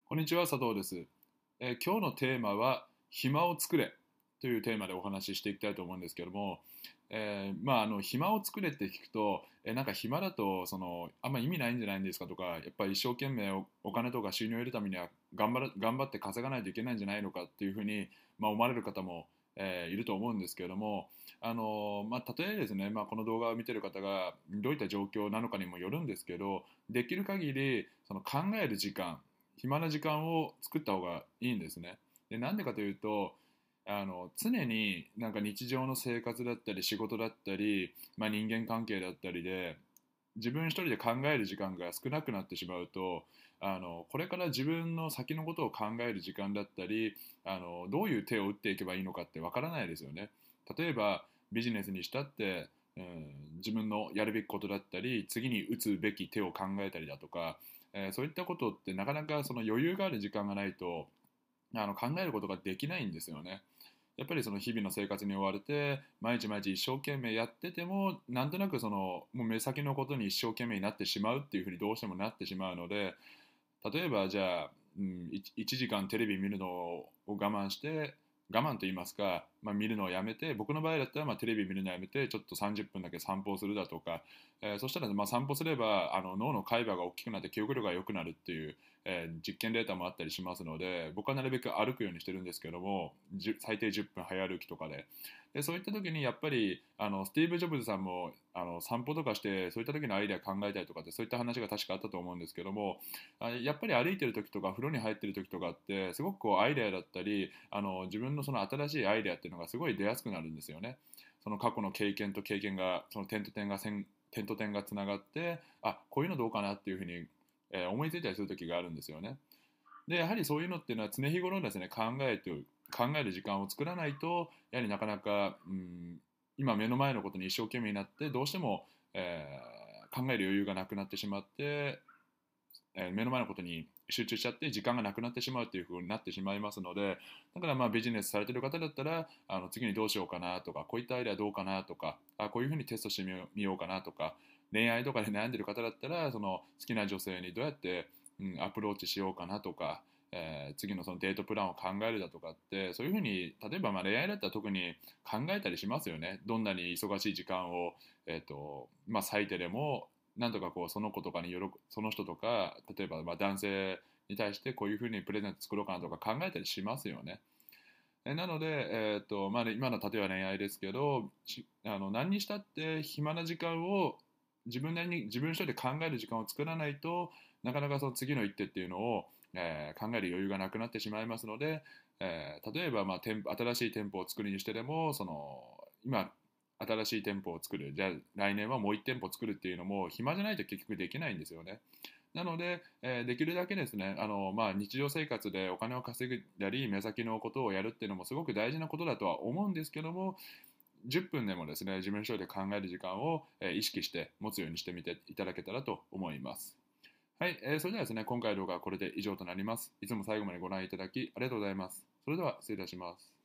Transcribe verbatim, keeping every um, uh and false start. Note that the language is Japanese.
こんにちは、佐藤です。えー今日のテーマは、暇を作れというテーマでお話ししていきたいと思うんですけども、えーまあ、あの暇を作れって聞くと、えーなんか暇だとそのあんま意味ないんじゃないんですかとか、やっぱり一生懸命お、お金とか収入を得るためには頑張ら頑張って稼がないといけないんじゃないのかっていうふうに、まあ、思われる方も、えーいると思うんですけれども、あのまあ、例えですね、まあ、この動画を見ている方がどういった状況なのかにもよるんですけど、できる限りその考える時間、暇な時間を作った方がいいんですね。で、なんでかというと、あの常になんか日常の生活だったり仕事だったり、まあ、人間関係だったりで自分一人で考える時間が少なくなってしまうと、あのこれから自分の先のことを考える時間だったり、あのどういう手を打っていけばいいのかってわからないですよね。例えばビジネスにしたって、うん、自分のやるべきことだったり次に打つべき手を考えたりだとか、えーそういったことってなかなかその余裕がある時間がないとあの考えることができないんですよね。やっぱりその日々の生活に追われて毎日毎日一生懸命やっててもなんとなくそのもう目先のことに一生懸命になってしまうっていうふうにどうしてもなってしまうので、例えばじゃあ、うん、いちじかんテレビ見るのを我慢して我慢と言いますか、まあ、見るのをやめて、僕の場合だったらまあテレビ見るのをやめてちょっとさんじゅっぷんだけ散歩をするだとか、えーそしたらまあ散歩すればあの脳の海馬が大きくなって記憶力が良くなるっていう、えー実験データもあったりしますので、僕はなるべく歩くようにしてるんですけども、じゅ最低じゅっぷん早歩きとかで。でそういった時にやっぱりあのスティーブ・ジョブズさんもあの散歩とかしてそういった時のアイデア考えたりとかってそういった話が確かあったと思うんですけども、あやっぱり歩いてる時とか風呂に入ってる時とかってすごくこうアイデアだったりあの自分のその新しいアイデアっていうのがすごい出やすくなるんですよね。その過去の経験と経験がその点と点が線点と点がつながって、あこういうのどうかなっていうふうに、えー思いついたりする時があるんですよね。でやはりそういうのっていうのは常日頃ですね、考えて考える時間を作らないとやはりなかなか、うん、今目の前のことに一生懸命になってどうしても、えー考える余裕がなくなってしまって、えー目の前のことに集中しちゃって時間がなくなってしまうというふうになってしまいますので、だからまあビジネスされてる方だったらあの次にどうしようかなとか、こういったアイデアどうかなとか、あこういうふうにテストしてみようみようかなとか、恋愛とかで悩んでる方だったらその好きな女性にどうやって、うん、アプローチしようかなとか、えー次のそのデートプランを考えるだとかって、そういうふうに例えばまあ恋愛だったら特に考えたりしますよね。どんなに忙しい時間を、えーとまあ、割いてでもなんとかこうその子とかによろその人とか例えばまあ男性に対してこういうふうにプレゼント作ろうかなとか考えたりしますよね。えなので、えーとまあ、今の例えば恋愛ですけど、しあの何にしたって暇な時間を自分なりに自分一人で考える時間を作らないとなかなかその次の一手っていうのを、えー考える余裕がなくなってしまいますので、えー例えば、まあ、店舗新しい店舗を作るにしてでもその今新しい店舗を作る、じゃあ来年はもういち店舗作るっていうのも暇じゃないと結局できないんですよね。なので、えーできるだけですね、あの、まあ、日常生活でお金を稼ぐだり、目先のことをやるっていうのもすごく大事なことだとは思うんですけども、じゅっぷんでもですね、自分一人で考える時間を、えー意識して持つようにしてみていただけたらと思います。はい、えーそれではですね、今回の動画はこれで以上となります。いつも最後までご覧いただきありがとうございます。それでは失礼いたします。